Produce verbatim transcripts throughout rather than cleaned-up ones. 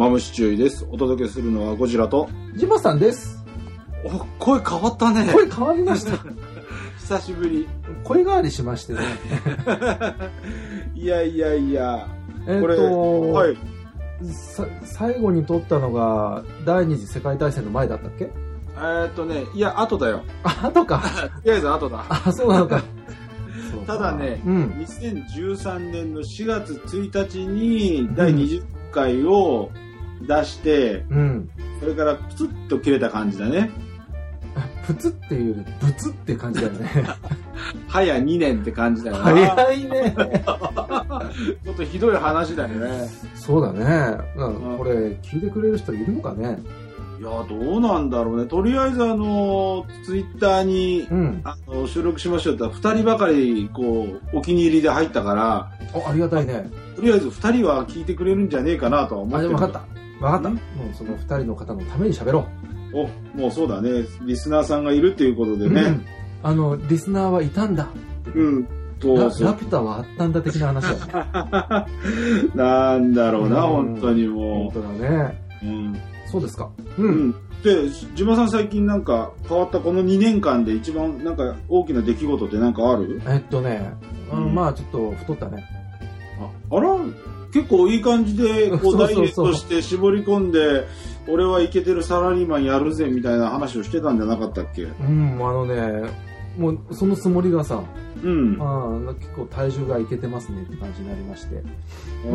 マムシチューイです。お届けするのはゴジラとジマさんです。 お、声変わったね。 声変わりました。 久しぶり。 声変わりしましてね。 いやいやいや。 えっと、 これ、はい。 さ最後に撮ったのが第二次世界大戦の前だったっけ？ えー、っとね、いや、後だよ。 あ、後か。 とりあえず後だ。 あ、そうなのか。 ただね、 うん、 にせんじゅうさんねんのしがつついたちにだいにじゅっかいを出して、 うん、 それからプツッと切れた感じだね。 プツっていうよりブツって感じだよね。 早にねんって感じだよね。 早いね。 ちょっとひどい話だよね。 そうだね。うん、これ聞いてくれる人いるのかね。 いやどうなんだろうね。とりあえずあのツイッターに、うん、あの収録しましょうってふたりばかりこうお気に入りで入ったから、 お、ありがたいね。 とりあえずふたりは聞いてくれるんじゃねえかなとは思ってる。 あ、分かった分かった。もうそのふたりの方のために喋ろう。お、もうそうだね。リスナーさんがいるっていうことでね。うん、 あのリスナーはいたんだ。 うん。 ラ, ラピュタはあったんだ的な話だね。なんだろうな、うん、本当にもう。本当だね。 うん。 そうですか。 うん。うんで、島さん最近なんか変わったこのにねんかんで一番なんか大きな出来事ってなんかある？ えっとね、うん、まあちょっと太ったね。 あ、あら結構いい感じでこうダイエットして絞り込んで俺はイケてるサラリーマンやるぜみたいな話をしてたんじゃなかったっけ？ うん、あのね、もうそのつもりがさ、 うん、 あ結構体重がいけてますねって感じになりまして、うん、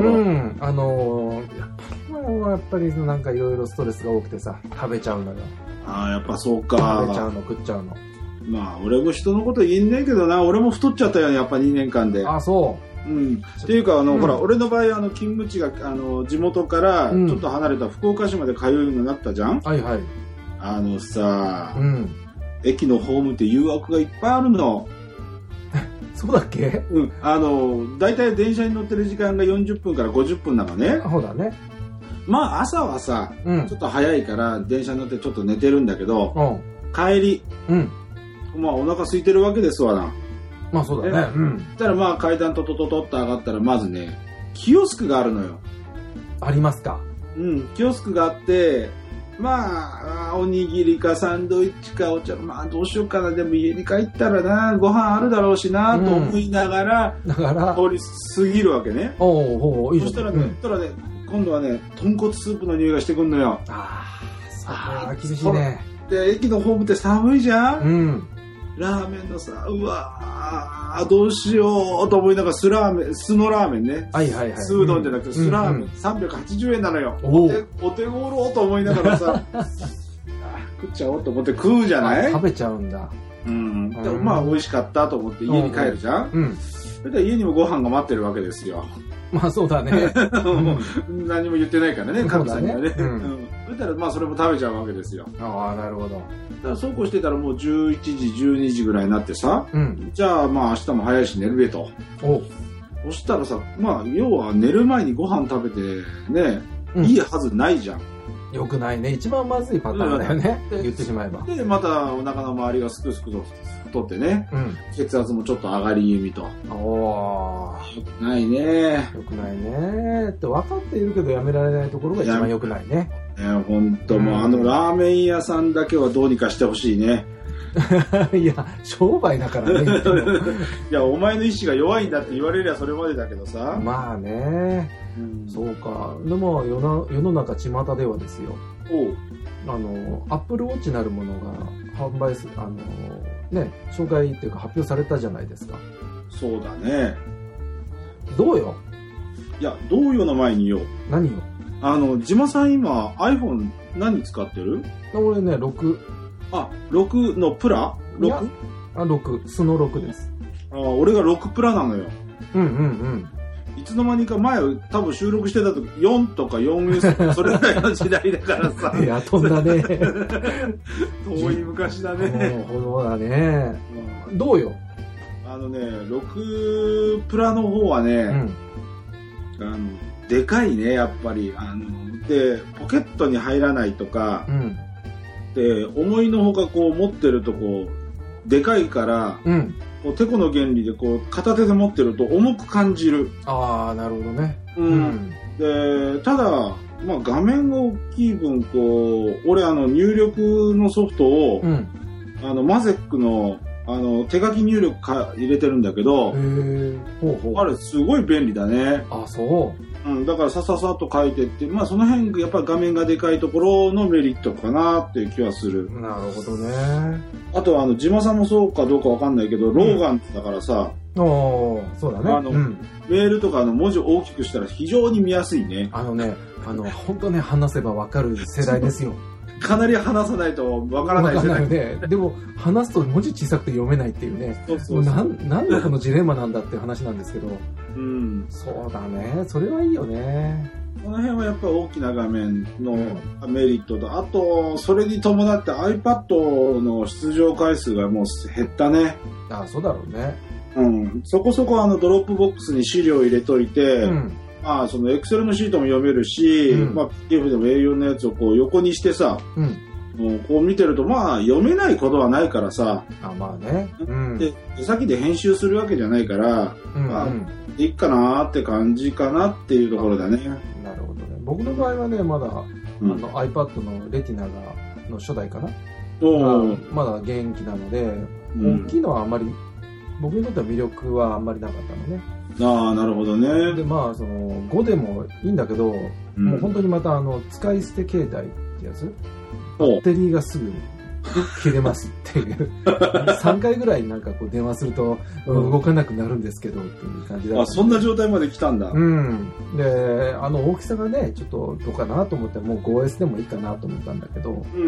あのー、やっぱりやっぱりなんかいろいろストレスが多くてさ、食べちゃうのよ。 ああ、やっぱそうか。 食べちゃうの、食っちゃうの。 まあ俺も人のこと言えんねえけどな、俺も太っちゃったよね、やっぱにねんかんで。 あ、そう。 うん、っていうかあの、うん、ほら俺の場合あの勤務地があの地元からちょっと離れた福岡市まで通うようになったじゃん、うん、 はいはい。 あのさ、 うん、 駅のホームって誘惑がいっぱいあるの。 そうだっけ？ うん、あのだいたい電車に乗ってる時間がよんじゅっぷんからごじゅっぷんだからね。 そうだね。 まあ朝はさ、うん、ちょっと早いから電車に乗ってちょっと寝てるんだけど、 うん、 帰り、 うん、 まあお腹空いてるわけですわな。 まあそうだね。うん。 そしたらまあ階段トトトトって上がったらまずね、キオスクがあるのよ。 ありますか？ うん、キオスクがあって、まあ、おにぎりかサンドイッチかお茶、まあどうしようかな、でも家に帰ったらな、ご飯あるだろうしな、と思いながら、 だから通り過ぎるわけね。 おうおう、いいじゃん。 そしたらね、うん、そしたらね、今度はね、豚骨スープの匂いがしてくんのよ。 ああ、それは厳しいね。 で、駅のホームって寒いじゃん？ うん。 ラーメンのさ、うわー、どうしようと思いながら、酢ラーメン、酢のラーメンね。 はいはいはい。 酢うどんじゃなくて、酢ラーメン、うんうん、さんびゃくはちじゅうえんなのよ。お手、お手頃と思いながらさ、食っちゃおうと思って食うじゃない？ 食べちゃうんだ。 うん。でまあ、美味しかったと思って家に帰るじゃん？ うん。 それで家にもご飯が待ってるわけですよ。 まあそうだね。 何も言ってないからね、神さんにはね。 うん。 そしたらまあそれも食べちゃうわけですよ。 ああ、なるほど。 だからそうこうしてたらもうじゅういちじ、じゅうにじぐらいになってさ、 うん、 じゃあまあ明日も早いし寝るべと。 おそしたらさ、まあ要は寝る前にご飯食べてね、うん、いいはずないじゃん。 よくないね。一番まずいパターンだよね。うん、言ってしまえば。 で、またお腹の周りがすくすくと太ってね、うん、血圧もちょっと上がり気味と。 おー。 よくないね。 よくないね。って分かっているけどやめられないところが一番よくないね。 いや、ほんともう、うん、あのラーメン屋さんだけはどうにかしてほしいね。 いや、商売だからね。 いや、お前の意志が弱いんだって言われりゃそれまでだけどさ。 まあね。うん、そうか。でも世の、世の中巷ではですよ。 おう。 あの、アップルウォッチなるものが販売する、あの、ね、紹介っていうか発表されたじゃないですか。 そうだね。 どうよ？ いや、どうよの前によ。 何よ？ あの、ジマさん今 iPhone 何使ってる？ 俺ね、ろく。 あ、ろくのプラ？ ろく？ あ、ろく。素のろくです。 あ、俺がろくプラなのよ。 うんうんうん。 いつの間にか前多分収録してた時よんとか フォーエス とかそれぐらいの時代だからさ。 いや、飛んだね。 遠い昔だね。 そうだね。うん、どうよ？ あのね、ろくプラの方はね、うん、あのでかいね、やっぱり。あので、ポケットに入らないとか、 うん、 で、思いのほかこう持ってるとこう、でかいから、 うん、 こうテコの原理でこう片手で持ってると重く感じる。 ああ、なるほどね。 うん。うん、で、ただ、 まあ画面が大きい分、こう、俺あの入力のソフトを、うん、あのマゼックのあの手書き入力か入れてるんだけど、へー、ほうほう、あれすごい便利だね。 あ、そう。 うん、だからさささっと書いてって、まあその辺やっぱり画面がでかいところのメリットかなっていう気はする。 なるほどね。 あとはあのジマさんもそうかどうかわかんないけど、うん、ローガンだからさ、 おー、そうだね。 あの、うん、メールとかの文字を大きくしたら非常に見やすいね。 あのね、あの本当ね話せばわかる世代ですよ。 かなり話さないとわからない世代。 ね。でも話すと文字小さくて読めないっていうね。そうそうそう。なん、なんでこのジレンマなんだっていう話なんですけど。うん。そうだね。それはいいよね。 この辺はやっぱり大きな画面のメリットと、あと、それに伴って iPad の出場回数がもう減ったね。 ああ、そうだろうね。 うん。そこそこあのドロップボックスに資料を入れといて、うん、まあその Excel のシートも読めるし、うん、まあ ピーディーエフ でも エーよん のやつをこう横にしてさ、うん、もうこう見てるとまあ読めないことはないからさ。 あ、まあね。 うん、で、先で編集するわけじゃないから、うん、まあ、いいかなーって感じかなっていうところだね。 なるほどね。僕の場合はね、まだ、うん、あの iPad のレティナがの初代かな。まだ元気なので、うん、大きいのはあんまり、僕にとっては魅力はあんまりなかったのね。 ああ、なるほどね。 で、まあ、その、ごでもいいんだけど、うん、もう本当にまた、あの、使い捨て携帯ってやつ、バッテリーがすぐ切れますっていう。さんかいぐらいなんかこう電話すると、うん、動かなくなるんですけどっていう感じだった。 あ、そんな状態まで来たんだ。 うん。で、あの大きさがね、ちょっとどうかなと思って、もう ファイブエス でもいいかなと思ったんだけど、うん。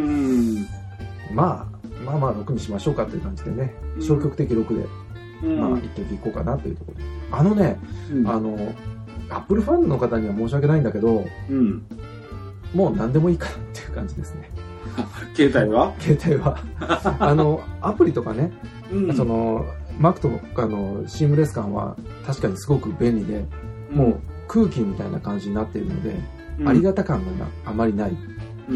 まあ、まあまあろくにしましょうかっていう感じでね、消極的ろくで。うん、まあ、一時行こうかなというところで。あのね、うん、あの、アップルファンの方には申し訳ないんだけど、うん、もう何でもいいかなっていう感じですね。 携帯は携帯は。あの、アプリとかね、うん、その、Mac とかのシームレス感は確かにすごく便利で、うん、もう空気みたいな感じになっているので、うん、ありがた感があまりない。うん、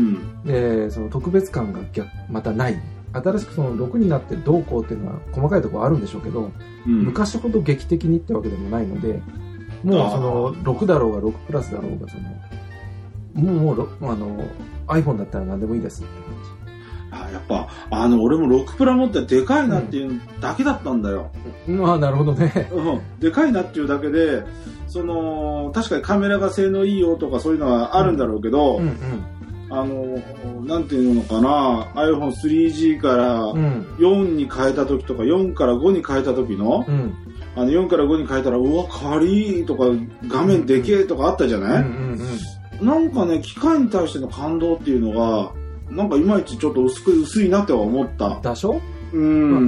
で、その特別感が逆またない。新しくそのろくになってどうこうっていうのは細かいところあるんでしょうけど、うん、昔ほど劇的にってわけでもないので、もうそのろくだろうがろくプラスだろうがその、もうもうあの iPhone だったら何でもいいですって感じ。あ、やっぱあの俺もろくプラ持ってでかいなっていうだけだったんだよ。 うん、ああ、なるほどね。 うん、でかいなっていうだけで、その確かにカメラが性能いいよとかそういうのはあるんだろうけど。うんうんうん、あの、なんていうのかな、アイフォンスリージー からよんに変えた時とか、よんからごに変えた時の、うん、あのよんからごに変えたら、うわ、軽いとか、画面でけえとかあったじゃない、うんうんうん、なんかね、機械に対しての感動っていうのが、なんかいまいちちょっと薄く、薄いなっては思った。 でしょ？うん、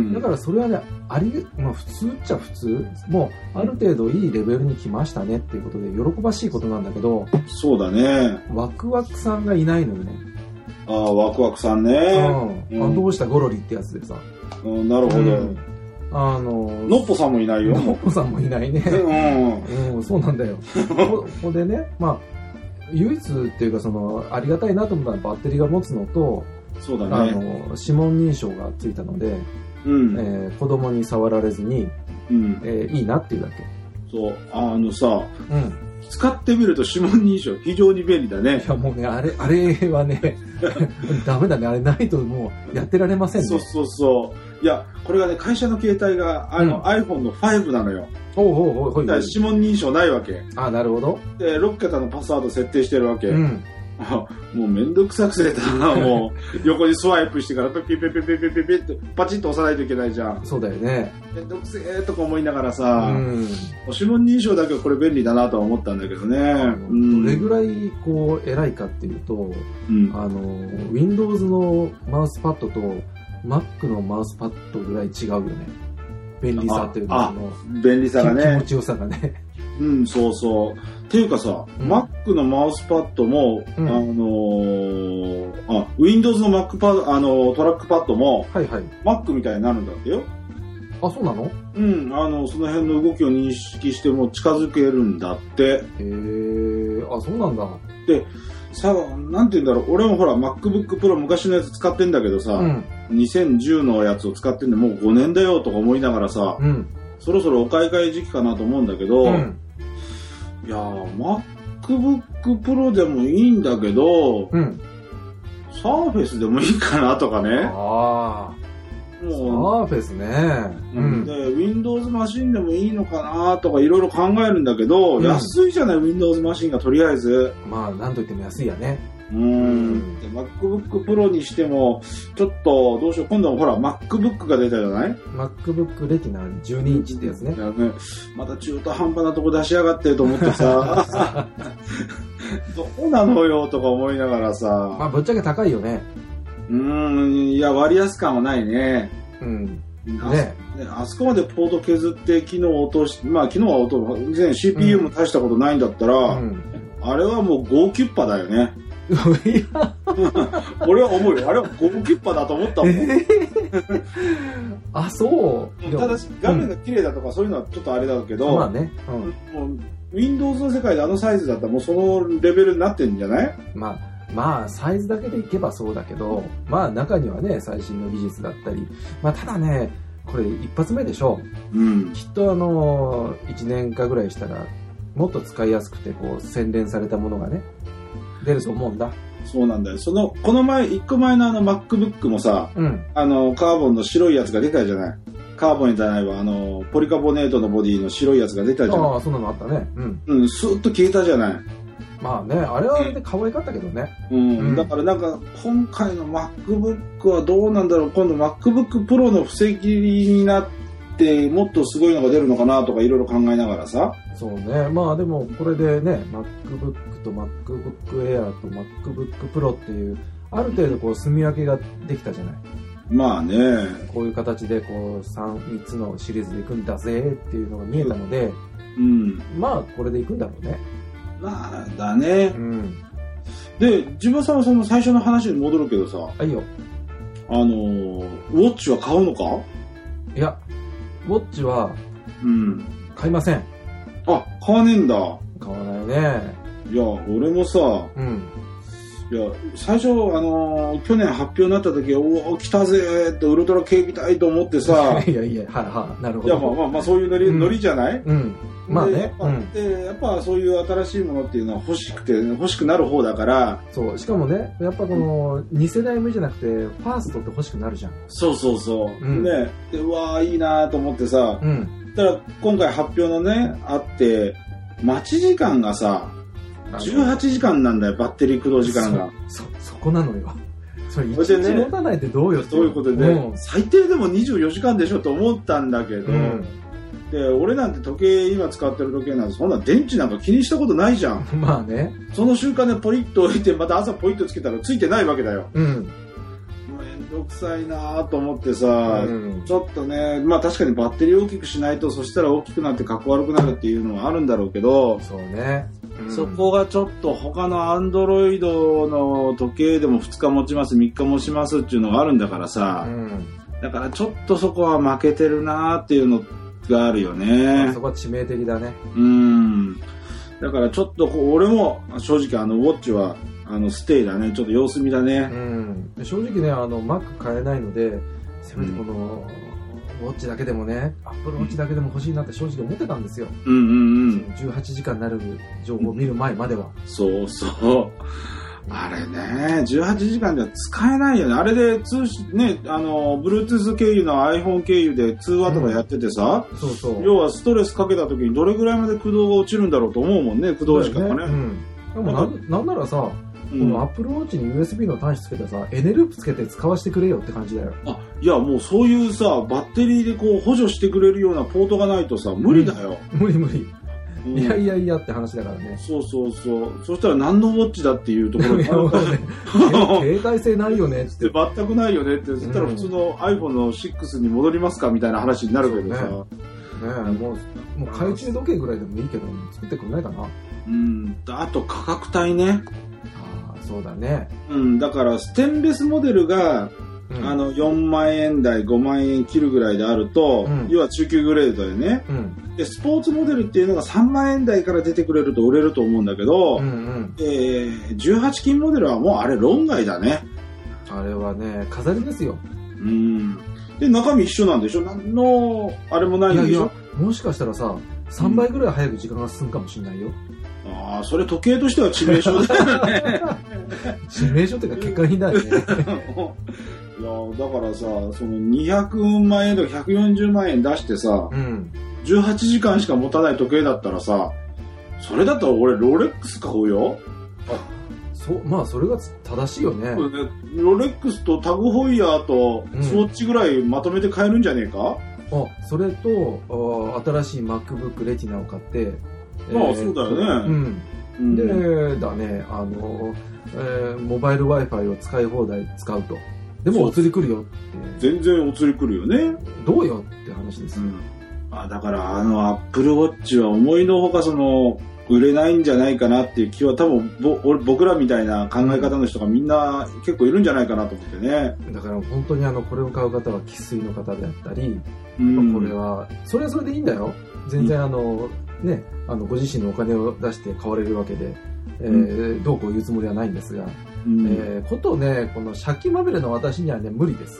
まあ、だからそれはね、あり、まあ普通っちゃ普通、もうある程度いいレベルに来ましたねっていうことで喜ばしいことなんだけど、 そうだね。 ワクワクさんがいないのよね。 ああ、ワクワクさんね。 うん。あ、どうしたゴロリってやつでさ。 うん、なるほど。うん、 あの、 のっぽさんもいないよ。 のっぽさんもいないね。うん。うん、そうなんだよ。ここでね、まあ、唯一っていうかその、ありがたいなと思ったのはバッテリーが持つのと、 そうだね。 あの、指紋認証がついたので、うんえー、子供に触られずに、うんえー、いいなっていうだけ。 そう、あのさ、うん、使ってみると指紋認証非常に便利だね。 いやもうね、あれ、あれはね、ダメだね。あれないともうやってられませんね。 そうそうそう。いや、これがね、会社の携帯があの、うん、iPhone のファイブなのよ。 おうおうおうおう。 指紋認証ないわけ。 あ、なるほど。 で、ろっけたのパスワード設定してるわけ。うんあもうめんどくさくせたな、もう。横にスワイプしてから、ピピピピピピピってパチッと押さないといけないじゃん。 そうだよね。 めんどくせえとか思いながらさ、うん、指紋認証だけはこれ便利だなとは思ったんだけどね。 うん、どれぐらいこう偉いかっていうと、うん、あの、Windows のマウスパッドと Mac のマウスパッドぐらい違うよね。便利さっていうのの。 便利さがね。 気持ちよさがね。 うん、そうそう。っていうかさ、うん、Mac のマウスパッドも、うん、あのー、あ、Windows の Mac パあのー、トラックパッドも、はいはい、Mac みたいになるんだってよ。 あ、そうなの？ うん、あの、その辺の動きを認識しても近づけるんだって。へー、あ、そうなんだ。 で、さ、なんて言うんだろう、俺もほら、MacBook Pro 昔のやつ使ってんだけどさ、うん、にせんじゅうのやつを使ってんで、もうごねんだよとか思いながらさ、うん、そろそろお買い替え時期かなと思うんだけど、うんいやー、Mac MacBook Pro でもいいんだけど、 うん。 サーフェスでもいいかなとかね。 ああ。もう。サーフェスね。 うん。で、Windows マシンでもいいのかなとかいろいろ考えるんだけど、うん、安いじゃない、Windows マシンがとりあえず。 まあ、なんといっても安いやね。 うん。で、MacBook Pro にしても、ちょっと、どうしよう。今度もほら、MacBook が出たじゃない ?MacBook Retina じゅうにインチってやつね。 いやね、また中途半端なとこ出しやがってると思ってさ、どうなのよとか思いながらさ。 まあ、ぶっちゃけ高いよね。 うーん、いや、割安感はないね。 うん。 あね、あそこまでポート削って機能を落として、まあ、機能は落として、シーピーユー も大したことないんだったら、うん、あれはもうゴーキュッパだよね。俺は思うよ。あれはゴーキュッパだと思ったもん。えー、 あ、そう。 ただし、画面が綺麗だとかそういうのはちょっとあれだけど、 うん、まあね。 うん、もう Windows の世界であのサイズだったらもうそのレベルになってるんじゃない？ まあ、まあ、サイズだけでいけばそうだけど、まあ中にはね、最新の技術だったり、まあただね、これ一発目でしょ。 うん。 きっとあの、いちねんかぐらいしたら、もっと使いやすくて、こう、洗練されたものがね、出ると思うんだ。 そうなんだよ。その、この前、一個前のあの MacBook もさ、 うん、 あの、カーボンの白いやつが出たじゃない。カーボンじゃないわ、あの、ポリカボネートのボディの白いやつが出たじゃない。 ああ、そんなのあったね。 うん。うん、スーッと消えたじゃない。 まあね、あれはあれで可愛かったけどね。 うん。うん、だからなんか、今回の MacBook はどうなんだろう。今度 MacBook Pro の防ぎになって、もっとすごいのが出るのかなとかいろいろ考えながらさ。 そうね。まあでも、これでね、MacBook と MacBook Air と MacBook Pro っていう、ある程度こう、住み分けができたじゃない。 まあね。 こういう形でこう、三、三つのシリーズでいくんだぜっていうのが見えたので、 うん。 まあ、これでいくんだろうね。 まあ、だね。 うん。 で、自分さんはその最初の話に戻るけどさ。 はいよ。 あのー、ウォッチは買うのか？ いや、ウォッチは、 うん。 買いません。 あ、買わねえんだ。 買わないね。 いや、俺もさ、 うん。 いや、最初、あのー、去年発表になった時、おお、来たぜーってウルトラ警備隊と思ってさ。 いやいや、はいはい、なるほど。 いや、まあまあまあ、そういうノリ、うん、ノリじゃない？ うん。まあね。 で、うん、やっぱそういう新しいものっていうのは欲しくて、欲しくなる方だから。 そう。しかもね、やっぱこの、に世代目じゃなくて、ファーストって欲しくなるじゃん。 そうそうそう。うん、ね。で、うわーいいなーと思ってさ。 うん。 だから今回発表のね、あって、待ち時間がさ、じゅうはちじかんなんだよ、バッテリー駆動時間が。 そ、そ、そこなのよ。それいちにち持たないってどうよって。 そういうことで、ね、最低でもにじゅうよじかんでしょと思ったんだけど、うん、で、俺なんて時計、今使ってる時計なんてそんな電池なんか気にしたことないじゃん。 まあね。 その瞬間でポリッと置いて、また朝ポリッとつけたらついてないわけだよ。 うん。 めんどくさいなと思ってさ、うん、ちょっとね、まあ確かにバッテリーを大きくしないと、そしたら大きくなってかっこ悪くなるっていうのはあるんだろうけど、 そうね。 うん、そこがちょっと他のアンドロイドの時計でもふつか持ちます、みっか持ちますっていうのがあるんだからさ、 うん、 だからちょっとそこは負けてるなっていうのがあるよね。 そこは致命的だね。 うん。だからちょっと俺も正直あのウォッチはあのステイだね。ちょっと様子見だね。 うん。正直ね、あの Mac 買えないので、せめてこの、うんウォッチだけでもね、アップルウォッチだけでも欲しいなって正直思ってたんですよ。 うんうんうん。 じゅうはちじかんになる情報を見る前までは。 そうそう。あれね、じゅうはちじかんでは使えないよね。あれで通信、ね、あの、Bluetooth 経由の iPhone 経由で通話とかやっててさ、 うん、そうそう。 要はストレスかけた時にどれぐらいまで駆動が落ちるんだろうと思うもんね、駆動時間がね。 うん。でもな、なんならさ、この Apple Watch に ユーエスビー の端子つけてさ、エネループつけて使わせてくれよって感じだよ。 あ、いやもうそういうさ、バッテリーでこう補助してくれるようなポートがないとさ、無理だよ。 うん、無理無理。うん、いやいやいやって話だからね。 そうそうそう。そしたら何のウォッチだっていうところがあるから、 ね、携帯性ないよねって。 全くないよねって。そしたら普通の iPhone のシックスに戻りますかみたいな話になるけどさ。ねえ、ね、もう、もう懐中時計ぐらいでもいいけど、作ってくれないかな。 うん。あと価格帯ね。 そうだね。 うん、だからステンレスモデルが、うん、あのよんまんえん台、ごまんえん切るぐらいであると、うん、要は中級グレードでね、 うん、 で、スポーツモデルっていうのがさんまんえん台から出てくれると売れると思うんだけど、 うんうん、 えー、じゅうはち金モデルはもうあれ論外だね。 あれはね、飾りですよ。 うん。で、中身一緒なんでしょ？何の、あれもないんでしょ？いやいや、 もしかしたらさ、さんばいぐらい早く時間が進むかもしれないよ。 ああ、それ時計としては致命傷だよね。 致命傷っていうか結果品だよね。いや、だからさ、そのにひゃくまんえんとかひゃくよんじゅうまんえん出してさ、うん、じゅうはちじかんしか持たない時計だったらさ、それだったら俺ロレックス買うよ。 あ、そう、まあそれが正しいよね。 ロレックスとタグホイヤーとスウォッチぐらいまとめて買えるんじゃねえか、 うん、あ、それと、新しい MacBook レティナを買って、 まあ、えー、そうだよね。 うん。で、だね、あの、えー、モバイル Wi-Fi を使い放題使うと。でもお釣り来るよって。 全然お釣り来るよね。 どうよって話ですよ。うん、 あ、だからあの Apple Watch は思いのほかその、売れないんじゃないかなっていう気は多分ぼ僕らみたいな考え方の人がみんな結構いるんじゃないかなと思ってね。 だから本当にあのこれを買う方は生粋の方であったり、うん、まあ、これはそれはそれでいいんだよ。全然あの、うん、ね、あのご自身のお金を出して買われるわけで、えーうん、どうこう言うつもりはないんですが、うん、えー、ことね、この借金まみれの私にはね無理です。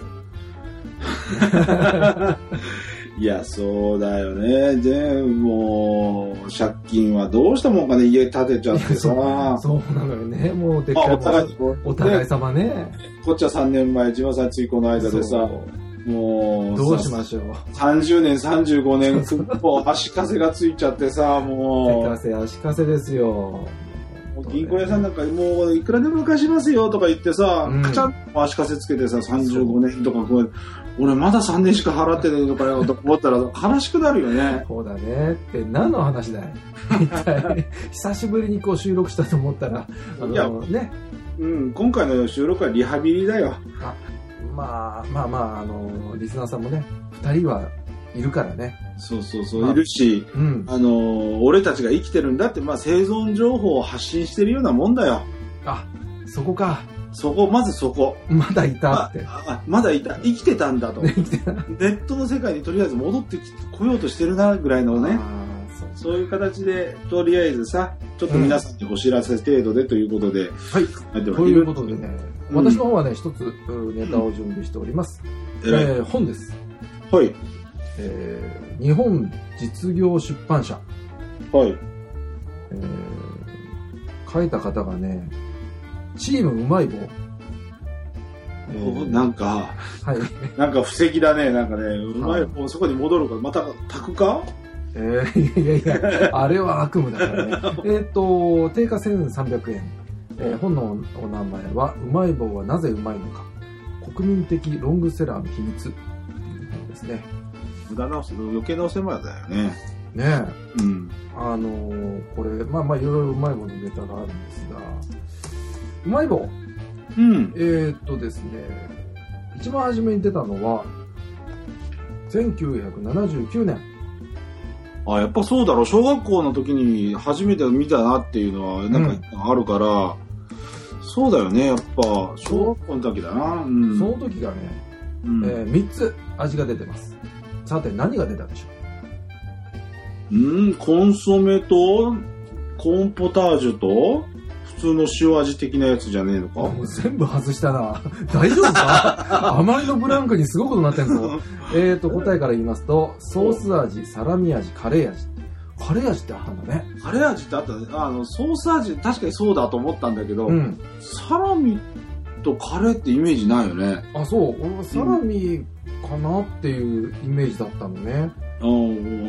いや、そうだよね。でも、借金はどうしたもんかね、家建てちゃってさ。 そうなのよね。もうでっかい、まあ、お互い、お互い様ね。 こっちはさんねんまえ、自分はさんついこの間でさ、もう、 どうしましょう。 さんじゅうねん、さんじゅうごねん、もう足かせがついちゃってさ、もう。手かせ、足かせですよ。 銀行屋さんなんかもういくらでも貸しますよとか言ってさ、うん、カチャンと足かせつけてさ、さんじゅうごねんとかこう、俺まださんねんしか払ってないのかよと思ったら悲しくなるよね。 そうだねって何の話だよ。一体久しぶりにこう収録したと思ったら、あのいやね、うん、今回の収録はリハビリだよ。 あ、まあまあまあ、あのリスナーさんもね、ふたりはいるからね。 そうそうそう、まあ、いるし、うん、あの俺たちが生きてるんだって、まあ、生存情報を発信してるようなもんだよ。 あ、そこか。 そこ、まずそこ。 まだいたって。 ああ、まだいた。生きてたんだと。ネットの世界にとりあえず戻ってこようとしてるなぐらいのね。そう、そういう形で、とりあえずさ、ちょっと皆さんにお知らせ程度でということで。うん、 はい。ということでね、うん、私の方はね、一つネタを準備しております。うん、えー、本です。 はい。 えー、日本実業出版社。 はい。 えー、書いた方がね、チームうまい棒。 えー、なんか、 はい。 なんか布石だね、なんかね、うまい棒、そこに戻るか、また炊くかえー、いやいやいや、あれは悪夢だからね。えっと、定価せんさんびゃくえん。えー、本のお名前は、うまい棒はなぜうまいのか。国民的ロングセラーの秘密。っていう本ですね。 無駄な、余計なお世話だよね。 ねえ。うん。あのー、これ、まあまあいろいろうまい棒のネタがあるんですが、うまい棒。 うん。 えー、っとですね、一番初めに出たのは、せんきゅうひゃくななじゅうきゅうねん。 あ、やっぱそうだろう。小学校の時に初めて見たなっていうのは、なんかあるから、うん、そうだよね。やっぱ、小学校の時だな。 うん、その時がね、うん、えー、みっつ味が出てます。さて、何が出たでしょう？うん、コンソメと、コーンポタージュと、普通の塩味的なやつじゃねえのか？ もう全部外したな。大丈夫か？あまりのブランクにすごいことになってんぞ。えーと、答えから言いますと、ソース味、サラミ味、カレー味。カレー味ってあったんだね。 カレー味ってあったね。あの、ソース味、確かにそうだと思ったんだけど、うん、サラミとカレーってイメージないよね。 あ、そう。俺はサラミかなっていうイメージだったのね。 うん、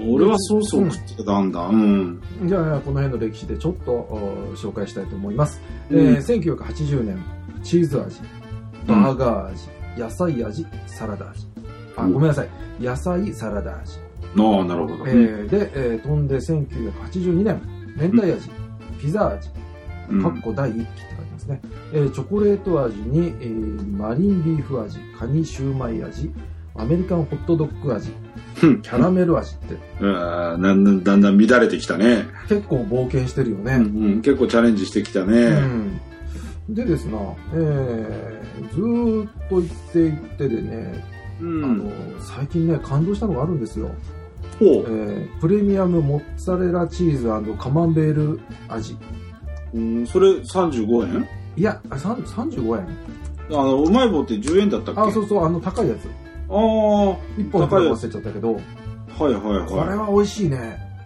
俺はソースを食ってたんだ。うん。 うん、じゃあ、この辺の歴史でちょっと紹介したいと思います。うん、えー、せんきゅうひゃくはちじゅうねん、チーズ味、バーガー味、うん、野菜味、サラダ味。あ、ごめんなさい。野菜、サラダ味。 ああ、なるほど。 えー、で、えー、飛んでせんきゅうひゃくはちじゅうにねん、明太味、うん、ピザ味、かっこだいいっきって書いてますね。えー、チョコレート味に、えー、マリンビーフ味、カニシューマイ味、アメリカンホットドッグ味、キャラメル味って。 あ、だんだんだんだん乱れてきたね。 結構冒険してるよね。 うんうん、結構チャレンジしてきたね。 うん、でですな、えー、ずーっと言っていってでね、うん、あの最近ね感動したのがあるんですよ。 ほう、 えー、プレミアムモッツァレラチーズ&カマンベール味。 うん、それさんじゅうごえん？ いや、さんじゅうごえん。 あのうまい棒ってじゅうえんだったっけ？ あ、そうそう、あの高いやつ。 ああ、 一本高い忘れちゃったけど。 はいはいはい。 これは美味しいね。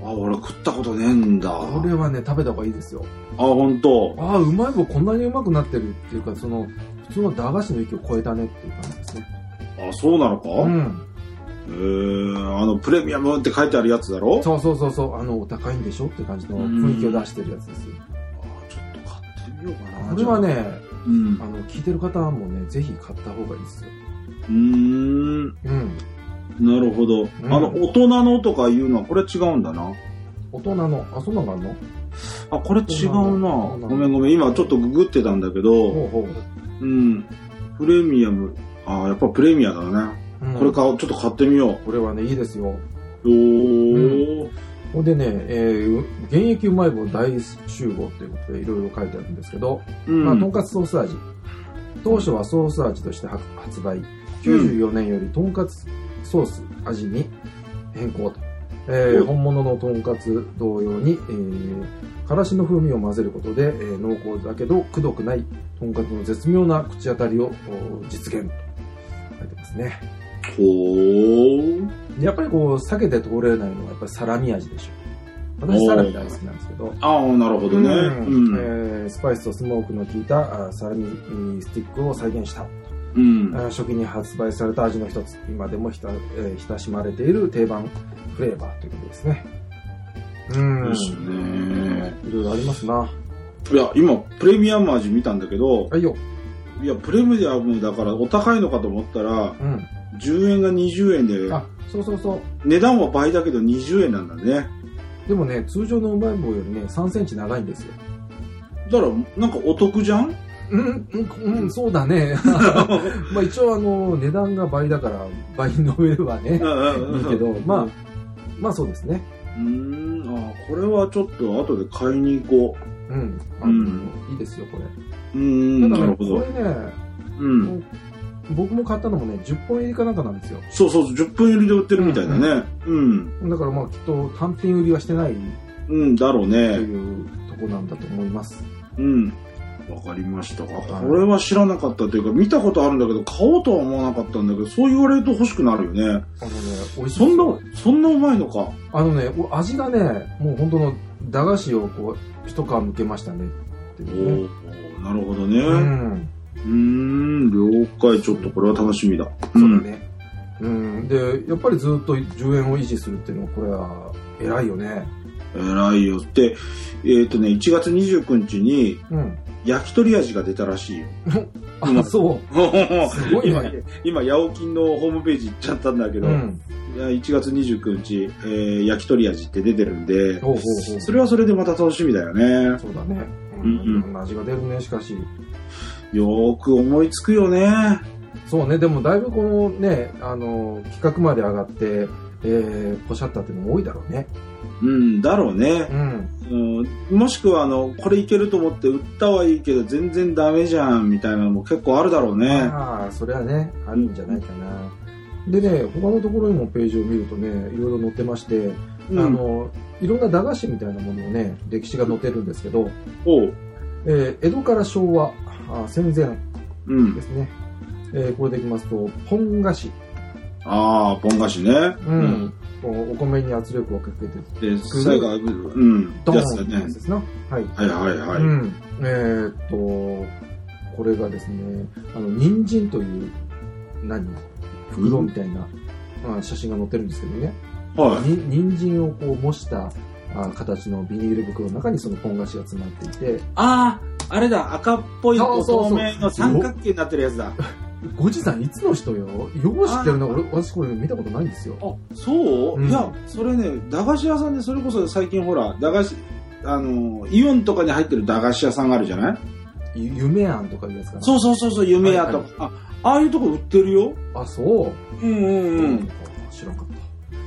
あ、俺食ったことねえんだ。 これはね、食べた方がいいですよ。 あ、ほんと。 ああ、うまい棒こんなにうまくなってるっていうか、その、普通の駄菓子の域を超えたねっていう感じですね。 あ、そうなのか？ うん。 えー、あの、プレミアムって書いてあるやつだろ？ そうそうそうそう、あの、お高いんでしょって感じの雰囲気を出してるやつですよ。 あ、ちょっと買ってみようかな。 これはね、 うん、 あの、聞いてる方もね、ぜひ買った方がいいですよ。 うーん。 うん。 なるほど。うん、あの、大人のとかいうのは、これ違うんだな。 大人の、あ、そんなのがあるの？ あ、これ違うな。ごめんごめん。今ちょっとググってたんだけど、ほうほう、うん。プレミアム。あ、やっぱプレミアだね。うん、これ買おう。ちょっと買ってみよう。 これはね、いいですよ。 おー。 ほ、うんでね、えー、現役うまい棒大集合ということでいろいろ書いてあるんですけど、うん、まあ、とんかつソース味。当初はソース味として発売。きゅうじゅうよねんよりとんかつソース味に変更と。えー、本物のとんかつ同様に、えー、からしの風味を混ぜることで、えー、濃厚だけどくどくないとんかつの絶妙な口当たりを実現と書いてますね。 ほー。 やっぱりこう避けて通れないのはやっぱりサラミ味でしょ。私サラミ大好きなんですけど。 ああ、なるほどね、 うんえー。スパイスとスモークの効いたサラミスティックを再現した。うん、初期に発売された味の一つ、今でもひた、えー、親しまれている定番フレーバーということですね。うん。ですね。いろいろありますな。 いや、今、プレミアム味見たんだけど、 はいよ。 いや、プレミアムだからお高いのかと思ったら、うん、じゅうえんがにじゅうえんで、 あ、そうそうそう。 値段は倍だけどにじゅうえんなんだね。 でもね、通常のうまい棒よりね、さんセンチ長いんですよ。 だから、なんかお得じゃん？ うん、うん、うん、そうだね。まあ一応あの、値段が倍だから、倍の上はね、いいけど、まあ、まあそうですね。 うーん、あ、これはちょっと後で買いに行こう。うん、あの、うん、いいですよ、これ。 うーん、 ただね、 なるほど。 これね、うん。僕も買ったのもね、じゅっぽん入りかなんかなんですよ。 そうそう、じゅっぽん入りで売ってるみたいだね。うん。 うん、だからまあきっと単品売りはしてない。 うん、だろうね。 というとこなんだと思います。 うん。わかりましたか。これは知らなかったというか、見たことあるんだけど、買おうとは思わなかったんだけど、そう言われると欲しくなるよね。あのね、 美味しい。 そんな、そんなうまいのか。 あのね、味がね、もう本当の駄菓子をこう、一皮むけましたね。っていうね。 おなるほどね。うん。うーん、了解。ちょっとこれは楽しみだ。 そうだね。うん。で、やっぱりずっとじゅうえんを維持するっていうのは、これは偉いよね。 偉いよって、えっとね、いちがつにじゅうくにちに、うん、焼き鳥味が出たらしいよ。 あ、そう。すごいね。 今、ヤオキンのホームページ行っちゃったんだけど、うん、いちがつにじゅうくにち、えー、焼き鳥味って出てるんで、ほうほうほう、それはそれでまた楽しみだよね。 そうだね。うん、いろんな味が出るね、しかし。 よーく思いつくよね。 そうね、でもだいぶこのね、あの、企画まで上がって、えー、ポシャったっていうのも多いだろうね。 うん、だろうね。うん。うん、もしくは、あの、これいけると思って売ったはいいけど、全然ダメじゃん、みたいなのも結構あるだろうね。 ああ、それはね、あるんじゃないかな。でね、他のところにもページを見るとね、いろいろ載ってまして、うん、あの、いろんな駄菓子みたいなものをね、歴史が載ってるんですけど、おうえー、江戸から昭和、あ戦前ですね。うん、えー、これでいきますと、ポン菓子。 ああ、ポン菓子ね。 うん。うん、お米に圧力をかけて。 で、最後、うん。 ドーンってやつですな。はい。 はいはいはい。 うん。えー、っと、これがですね、あの、人参という、何袋みたいな、うん、写真が載ってるんですけどね。はい。に人参をこう模したあ形のビニール袋の中にそのポン菓子が詰まっていて。 ああ、あれだ、赤っぽい透明の三角形になってるやつだ。 ごじさんいつの人よ？よう知ってるの？俺、私これ見たことないんですよ。 あ、そう、うん、いや、それね、駄菓子屋さんでそれこそ最近ほら、駄菓子、あの、イオンとかに入ってる駄菓子屋さんがあるじゃない？ 夢庵とかいうやつかな？ そうそうそうそう、夢庵とか、はいはい。あ、ああいうとこ売ってるよ。 あ、そう。 うんうんうん。 知らんかった。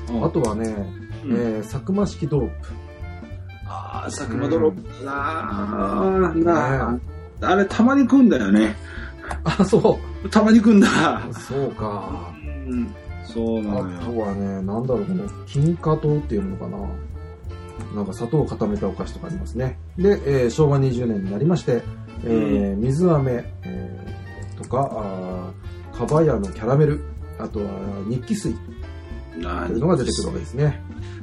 うん、あとはね、うん、えー、サクマ式ドロップ。 ああ、サクマドロップなあ、うん、なあ、ね、あれたまに食うんだよね。 あ、そう。 たまに食うんだ。 そうか。 うん。そうなのよ。 あとはね、なんだろう、この金華糖っていうのかな。なんか砂糖を固めたお菓子とかありますね。で、えー、しょうわにじゅうねんになりまして、えーうん、水飴、えー、とか、あかばやのキャラメル、あとは日記水というのが出てくるわけですね。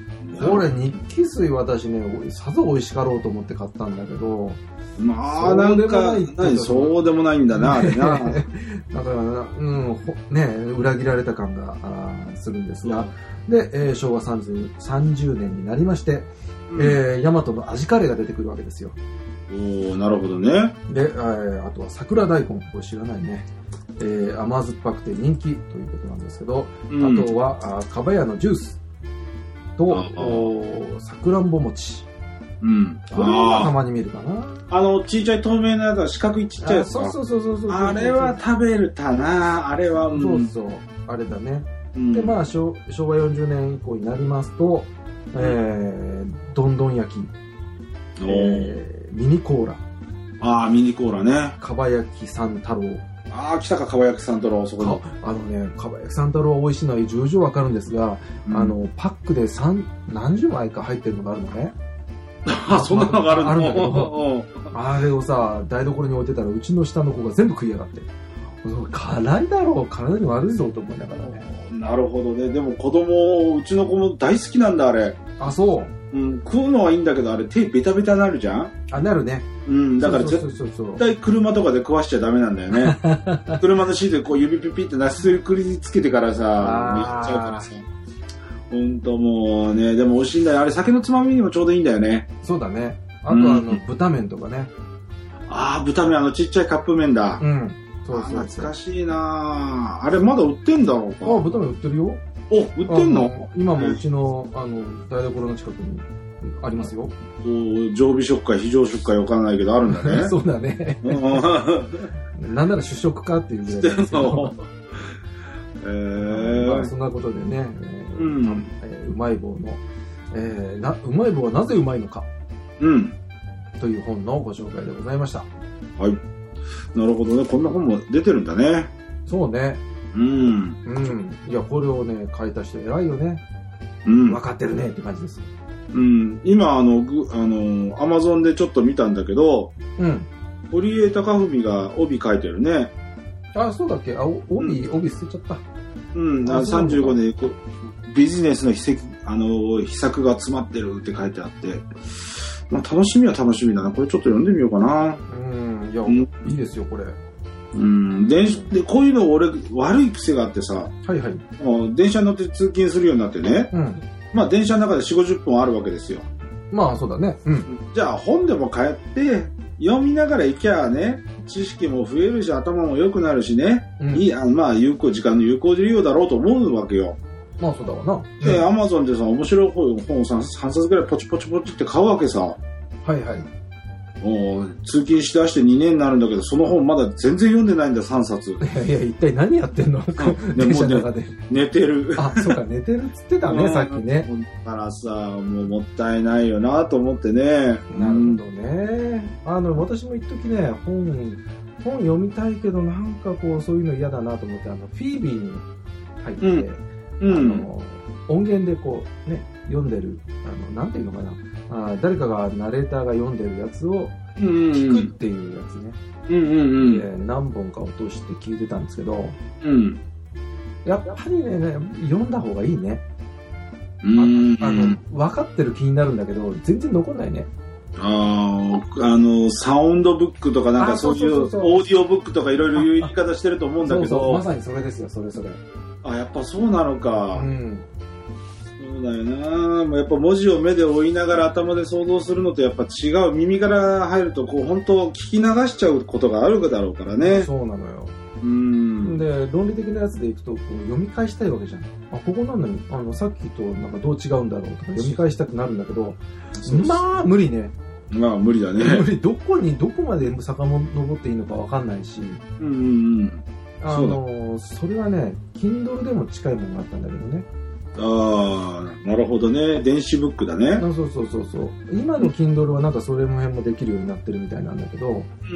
これ日記水私ね、さぞ美味しかろうと思って買ったんだけど、 まあなんか、何そうでもないんだな、あれな。 だからな、うん、ね、裏切られた感がするんですが、うん、で、えー、しょうわさんじゅうねんになりまして、うん、えー、大和の味カレーが出てくるわけですよ。 おー、なるほどね。 で、えー、あとは桜大根、これ知らないね。えー、甘酸っぱくて人気ということなんですけど、うん、あとは、あかばやのジュースと、さくらんぼ餅。うん。これはたまに見るかな。 あの、ちっちゃい透明なやつは四角いちっちゃいやつか。 そうそうそうそうそう。 あれは食べるたな。あれは、 うん、そうそう。あれだね。うん、で、まあ昭、昭和よんじゅうねん以降になりますと、うん、えー、どんどん焼き。えー、ミニコーラ。 ああ、ミニコーラね。 かば焼き三太郎。 ああ、来たか、かば焼き三太郎、そこに。 あのね、かば焼き三太郎は美味しいのは重々わかるんですが、うん、あの、パックで三、何十枚か入ってるのがあるのね。 あ、そんなのがあるんだ。 あるんだけど、あれをさ、台所に置いてたら、うちの下の子が全部食いやがって。辛いだろう、体に悪いぞと思いながらね。 なるほどね。でも子供、うちの子も大好きなんだ、あれ。 あ、そう。 うん、食うのはいいんだけど、あれ手ベタベタになるじゃん？ あ、なるね。 うん、だから絶対車とかで食わしちゃダメなんだよね。車のシートでこう指ピピってなすくりつけてからさ、めっちゃうからさ。ほんともうね、でも美味しいんだよ。あれ酒のつまみにもちょうどいいんだよね。 そうだね。あとはあの、うん、豚麺とかね。 ああ、豚麺、あのちっちゃいカップ麺だ。 うん。そうそうそう。 懐かしいなあれまだ売ってんだろうか。 ああ、豚麺売ってるよ。 お、売ってんの？ 今もうちの、あの、台所の近くにありますよ。 お、常備食会、非常食会わかんないけどあるんだね。 そうだね。なんなら主食かっていうぐらいですけど。えー、まあそんなことでね、えーうんえー、うまい棒の、えーな、うまい棒はなぜうまいのか、 うん、 という本のご紹介でございました。 はい。なるほどね。こんな本も出てるんだね。 そうね。 うん。 うん。いや、これをね、書いた人偉いよね。 うん。 分かってるねって感じです。 うん。今、あの、ぐあの、アマゾンでちょっと見たんだけど、 うん。 堀江貴文が帯書いてるね。 あ、そうだっけ？あ、帯、うん、帯捨てちゃった。 うん。あさんじゅうごねん、ビジネスの秘跡、あの、秘策が詰まってるって書いてあって、まあ、楽しみは楽しみだな。これちょっと読んでみようかな。 うん。いや、うん、いいですよ、これ。 うん。電で、こういうの俺、悪い癖があってさ。 はいはい。 もう電車に乗って通勤するようになってね。 うん。 まあ、電車の中でよんじゅう、ごじゅっぷんあるわけですよ。 まあ、そうだね。うん。 じゃあ、本でも買って、読みながら行きゃね、知識も増えるし、頭も良くなるしね。うん、いい、あまあ、有効、時間の有効利用だろうと思うわけよ。 まあ、そうだわな。 で、アマゾンでさ、面白い本をさんさつぐらいポチポチポチって買うわけさ。 はいはい。 もう通勤しだしてにねんになるんだけど、その本まだ全然読んでないんだ、さんさつ。いやいや、一体何やってんの？電車の中で。 寝てる。 あ、そうか、寝てるっつってたね、さっきね。 だからさ、もうもったいないよなと思ってね。 なるほどね。あの、私も一時ね、本、本読みたいけど、なんかこう、そういうの嫌だなと思って、あの、フィービーに入って、うん、あの、音源でこう、ね、読んでる、あの、なんていうのかな。あ誰かがナレーターが読んでるやつを聞くっていうやつね、 うんうんうん、 で何本か落として聞いてたんですけど、 うん、 やっぱりね、ね読んだ方がいいね。 うんああの分かってる気になるんだけど全然残んないね。 ああのサウンドブックとかなんかそういうオーディオブックとかいろいろいう言い方してると思うんだけど、 そうそうまさにそれですよ、それそれ。 あ、やっぱそうなのか。 うん、 そうだよな。やっぱ文字を目で追いながら頭で想像するのとやっぱ違う。耳から入るとこう本当聞き流しちゃうことがあるだろうからね。 そうなのよ。 うんで論理的なやつでいくとこう読み返したいわけじゃん。あ、ここなのにあのさっきとなんかどう違うんだろうとか読み返したくなるんだけど、まあ無理ね。 まあ無理だね。 無理。どこにどこまで遡っていいのかわかんないし。 うんうんうん。 あの そ, それはね Kindle でも近いものがあったんだけどね。 ああ、なるほどね。電子ブックだね。 そうそうそうそう。今の Kindle はなんかそれの辺もできるようになってるみたいなんだけど、 うん、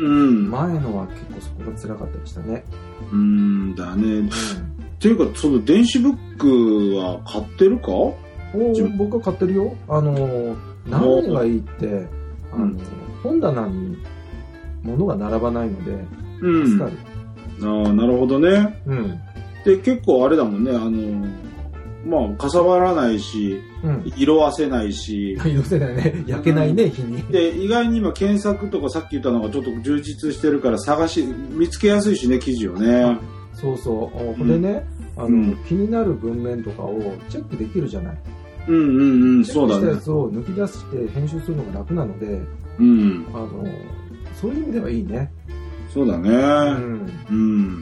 前のは結構そこが辛かったりしたね。 うーんだね。うん、っていうかその電子ブックは買ってるか？お僕は買ってるよ。あの何がいいってあの、うん、本棚に物が並ばないので助かる。 うん、ああ、なるほどね。 うん。 で結構あれだもんね。あのまあ、かさばらないし、うん、色あせないし。 色あせないね。焼けないね、うん、日に。 で、意外に今検索とかさっき言ったのがちょっと充実してるから探し、見つけやすいしね、記事をね。 そうそう。ほんでね、あの、うん、気になる文面とかをチェックできるじゃない。 うんうんうん、そうだね。 チェックしたやつを抜き出して編集するのが楽なので、 うん。 あの、そういう意味ではいいね。 そうだね。うん。うん。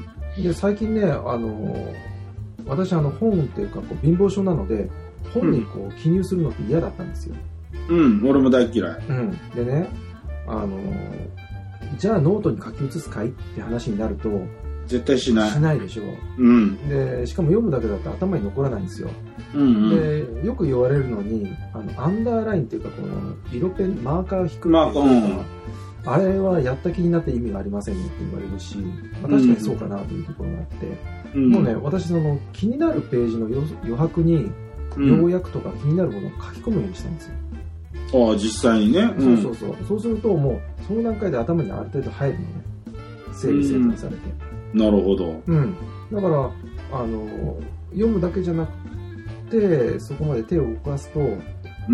で、最近ね、あの、私あの本っていうかこう貧乏症なので、本にこう記入するのって嫌だったんですよ。 うん、俺も大嫌い。 うん。でね、あの、じゃあノートに書き写すかいって話になると、 絶対しない。 しないでしょ。 うん。 で、しかも読むだけだと頭に残らないんですよ。 うんうん、 で、よく言われるのに、あの、アンダーラインっていうか、この、色ペン、マーカーを引くっていうか、まあうん、あれはやった気になって意味がありませんよって言われるし、まあ、確かにそうかなというところがあって、うん、もうね、私その、気になるページの余白に、要約とか気になるものを書き込むようにしたんですよ。 ああ、実際にね。 うん、そうそうそう。そうすると、もう、その段階で頭にある程度入るのね。整理整頓されて。 うん、なるほど。 うん。だから、あの、読むだけじゃなくて、そこまで手を動かすと、うん、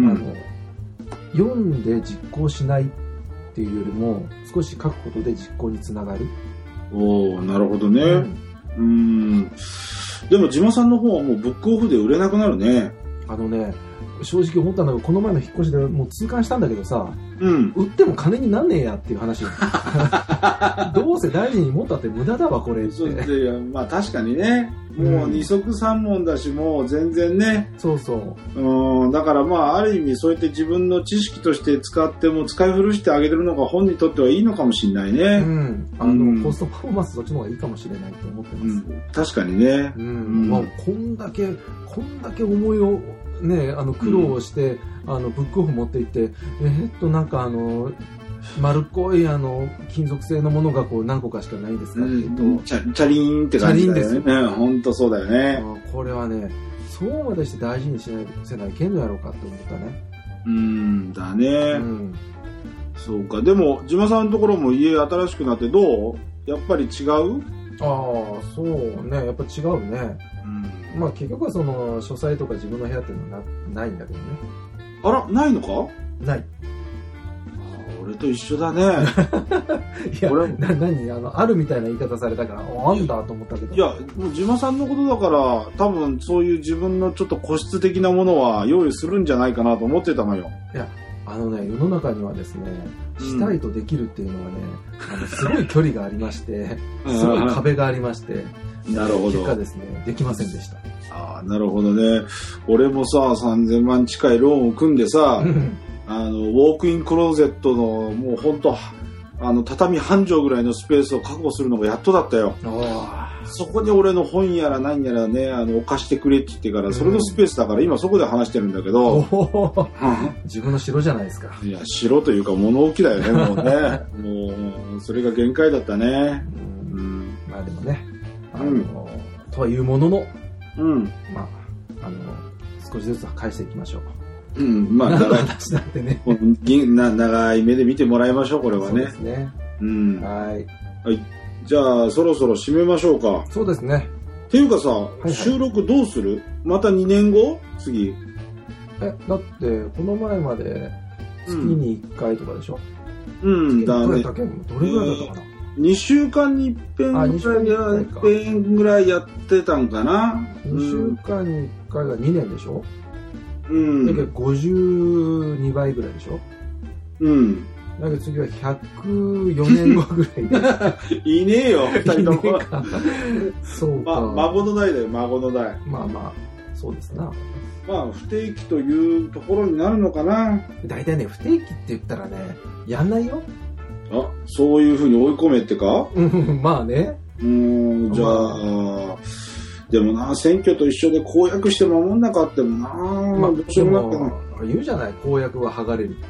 あの、読んで実行しないっていうよりも、少し書くことで実行につながる。 おー、なるほどね。うん。うーんでも、島さんの方はもうブックオフで売れなくなるね。 あのね、正直思ったのが、この前の引っ越しでもう痛感したんだけどさ、 うん、 売っても金になんねえやっていう話。どうせ大事に持ったって無駄だわ、これって。 そうで、まあ確かにね、もう二足三門だし、もう全然ね。 そうそう。 うん、だからまあある意味そうやって自分の知識として使っても使い古してあげてるのが本にとってはいいのかもしれないね。 うん。あの、うん、コストパフォーマンスそっちの方がいいかもしれないと思ってます。うん、 確かにね。 うん。うん、まあこんだけ、こんだけ思いを、ね、あの苦労をして、うん、あのブックオフ持って行って、えー、っとなんかあの丸っこいあの金属製のものがこう何個かしかないですかっていうと、うん、 チャ、チャリーンって感じだよね。チャリーンですよ。本当そうだよね。 これはね、そうまでして大事にしないせないけんのやろうかって思ったね。 うんだね。うん、そうか。でも島さんのところも家新しくなってどう？やっぱり違う？ ああ、そうね。やっぱ違うね。うん、まあ結局はその書斎とか自分の部屋っていうのは な, ないんだけどね。 あら、ないのか？ ない。 俺と一緒だね。 いや、な、何あの、あるみたいな言い方されたから、あんだと思ったけど。 いや、もう島さんのことだから、多分そういう自分のちょっと個室的なものは用意するんじゃないかなと思ってたのよ。 いや、あのね、世の中にはですね、したいとできるっていうのはね、うん、あのすごい距離がありまして、すごい壁がありまして、 なるほど。 結果ですね、できませんでした。 ああ、なるほどね。俺もさ、さんぜんまん近いローンを組んでさ、あの、ウォークインクローゼットの、もうほんと、あの、畳半畳ぐらいのスペースを確保するのがやっとだったよ。そこに俺の本やら何やらね、あの、置かしてくれって言ってから、それのスペースだから今そこで話してるんだけど。 自分の城じゃないですか。 いや、城というか物置だよね、もうね。もう、それが限界だったね。 うんうん、まあでもね、あの、うん、とはいうものの、 うん。 まあ、あの、少しずつ返していきましょう。 うん、まあ、長い、 話なんてねな長い目で見てもらいましょう、これはね。そうですね。 うん。 はい。 はい。じゃあ、そろそろ締めましょうか。 そうですね。 っていうかさ、はいはい、収録どうする？またにねんご？次。 え、だって、この前まで月にいっかいとかでしょ？ うん、だね。どれぐらいだったかな？ にしゅうかんにいっぺんぐらいやってぐらいやってたんかな。 にしゅうかんにいっかいがにねんでしょ？ うん。 だけどごじゅうにばいぐらいでしょ？ うん。 だけど次はひゃくよねんごぐらい。いねえよ、二人とも。 そうか、 ま。孫の代だよ、孫の代。 まあまあ、そうですな。 まあ、不定期というところになるのかな。 大体ね、不定期って言ったらね、やんないよ。 あ、そういうふうに追い込めってか？ うん、まあね。 うーん、じゃあ、まあ、でもな、選挙と一緒で公約して守んなかったもな、まあ、どうしようもなくな。 言うじゃない、公約は剥がれるって。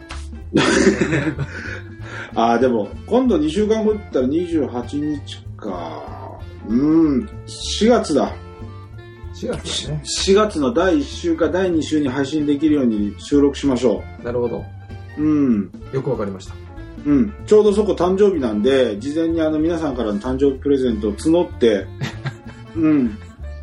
ああ、でも、今度にしゅうかんごって言ったらにじゅうはちにちか。うん、しがつだ。 しがつだね。 しがつのだいいっ週かだいに週に配信できるように収録しましょう。なるほど。 うん。 よくわかりました。 うん。ちょうどそこ誕生日なんで、事前にあの皆さんからの誕生日プレゼントを募って、うん。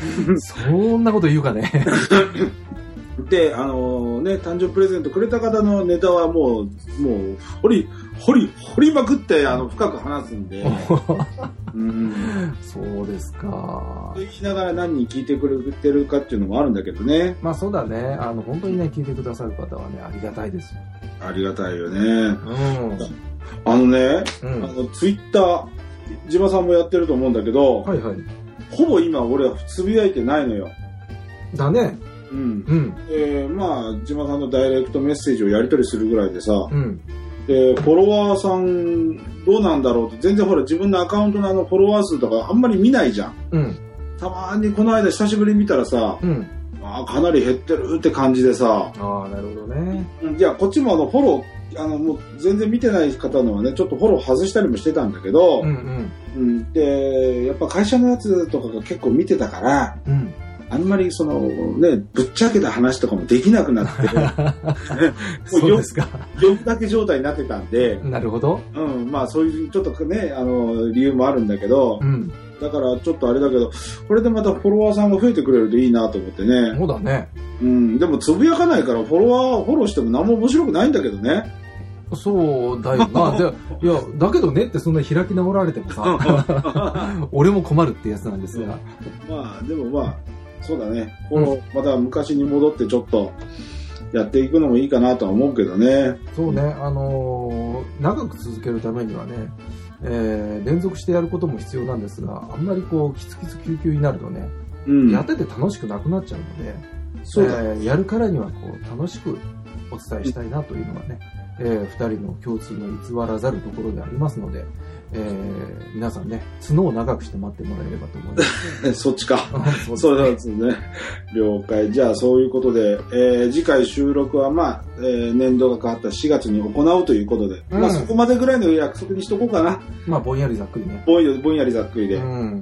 そんなこと言うかね。 で、あのー、ね、誕生日プレゼントくれた方のネタはもう、もう、掘り、掘り、掘りまくって、あの、深く話すんで。うん、 そうですか。 言いながら何人聞いてくれてるかっていうのもあるんだけどね。 まあそうだね。あの、本当にね、聞いてくださる方はね、ありがたいですよ。 ありがたいよね。うん。あのね、うん、あの、ツイッター、ジマさんもやってると思うんだけど、はいはい。ほぼ今俺はつぶやいてないのよ。 だね。 うん。うん。えー、まあ、ジマさんのダイレクトメッセージをやり取りするぐらいでさ、うん。で、フォロワーさんどうなんだろうって、全然ほら自分のアカウントのあのフォロワー数とかあんまり見ないじゃん。うん。たまにこの間久しぶりに見たらさ、うん。あかなり減ってるって感じでさ。 ああ、なるほどね。 いや、こっちもあのフォロー、あの、もう全然見てない方のはね、ちょっとフォロー外したりもしてたんだけど、うんうん。うん、で、やっぱ会社のやつとかが結構見てたから、うん。あんまりそのね、ぶっちゃけた話とかもできなくなって、 そうですか。 呼ぶだけ状態になってたんで、 なるほど。 うん、まあそういうちょっとね、あの、理由もあるんだけど、うん、だからちょっとあれだけど、これでまたフォロワーさんが増えてくれるといいなと思ってね。 そうだね。 うん、でもつぶやかないからフォロワー、フォローしても何も面白くないんだけどね。 そうだよな。でいや、だけどねってそんな開き直られてもさ、俺も困るってやつなんですが。 まあ、でもまあ、そうだね。この、うん、また昔に戻ってちょっとやっていくのもいいかなとは思うけどね。 そうね。あのー、長く続けるためにはね、えー、連続してやることも必要なんですが、あんまりこう、キツキツキューキューになるとね、うん、やってて楽しくなくなっちゃうので、そうだ、えー、やるからにはこう、楽しくお伝えしたいなというのがね、えー、ふたりの共通の偽らざるところでありますので、えー、皆さんね、角を長くして待ってもらえればと思います。 そっちか。そうですね。了解。じゃあ、そういうことで、えー、次回収録は、まあ、えー、年度が変わったしがつに行うということで、うん、まあ、そこまでぐらいの約束にしとこうかな。 まあ、ぼんやりざっくりね。 ぼんやり、ぼんやりざっくりで。うん。うん。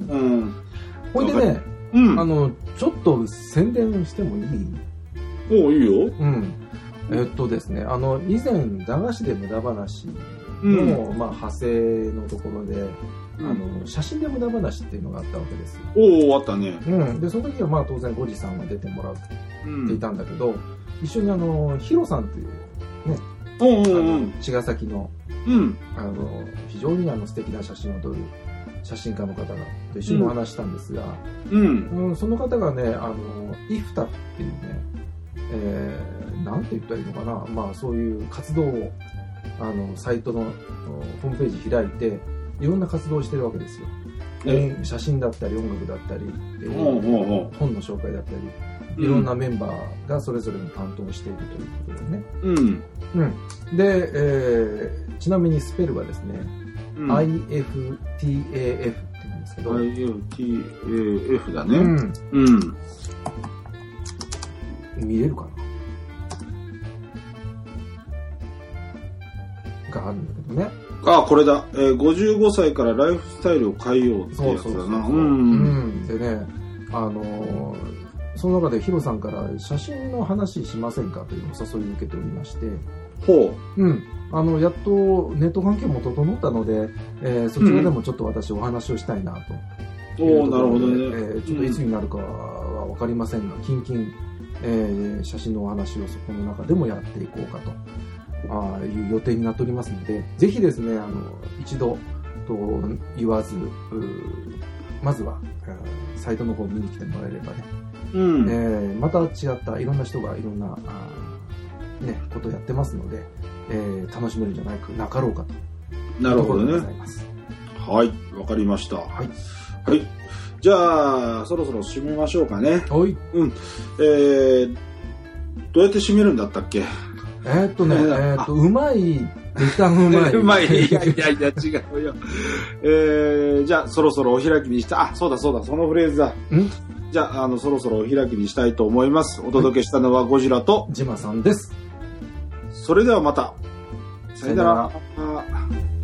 ほいでね、うん、あの、ちょっと宣伝してもいい？ おう、いいよ。 うん。えっとですね、あの、以前、駄菓子で無駄話の、うん、まあ、派生のところで、うん、あの、写真で無駄話っていうのがあったわけですよ。 おお、あったね。 うん。で、その時はまあ、当然、ゴジさんは出てもらっていたんだけど、うん、一緒にあの、ヒロさんっていうね、 おうおうおう、 茅ヶ崎の、うん、あの、非常にあの、素敵な写真を撮る写真家の方がと一緒にお話したんですが、うんうん、その方がね、あの、イフタフっていうね、えー、なんて言ったらいいのかな、まあそういう活動を、あの、サイトのホームページ開いて、いろんな活動をしてるわけですよ。えー、写真だったり音楽だったり、えー、本の紹介だったり、いろんなメンバーがそれぞれの担当をしているということでね。うん。うん。で、えー、ちなみにスペルはですね、うん、アイエフティーエーエフ って言うんですけど。 アイエフティーエーエフ だね。うん。 うん。見れるかながあるんだけどね。 ああ、これだ。えー、ごじゅうごさいからライフスタイルを変えようってやつだな。うん。 でね、あのー、その中でヒロさんから写真の話しませんかというお誘いを受けておりまして。 ほう。 うん。あの、やっとネット環境も整ったので、えー、そちらでもちょっと私お話をしたいなと。 おお、なるほどね。 えー、ちょっといつになるかはわかりませんが、近々、えー、写真のお話をそこの中でもやっていこうかと。ああいう予定になっておりますので、ぜひですね、あの、一度と言わず、まずは、サイトの方見に来てもらえればね、うんえー、また違ったいろんな人がいろんな、あね、ことをやってますので、えー、楽しめるんじゃないかなかろうかと。 なるほどね。はい、わかりました。はい。はい。じゃあ、そろそろ締めましょうかね。 はい。 うん。えー、どうやって締めるんだったっけ？ えー、っとね、えー、っと、うまい、歌うまい。 うまい。いやいやいや、違うよ。えー、じゃあ、そろそろお開きにした。あ、そうだそうだ、そのフレーズだ。んじゃあ、あの、そろそろお開きにしたいと思います。お届けしたのはゴジラと、 ジマさんです。 それではまた。さよなら。